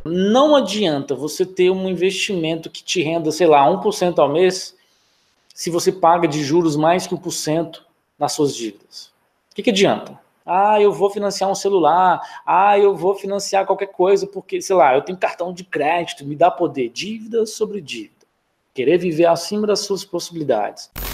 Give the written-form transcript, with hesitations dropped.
Não adianta você ter um investimento que te renda, sei lá, 1% ao mês, se você paga de juros mais que 1% nas suas dívidas. O que adianta? Ah, eu vou financiar um celular, eu vou financiar qualquer coisa, porque, sei lá, eu tenho cartão de crédito, me dá poder. Dívida sobre dívida. Querer viver acima das suas possibilidades.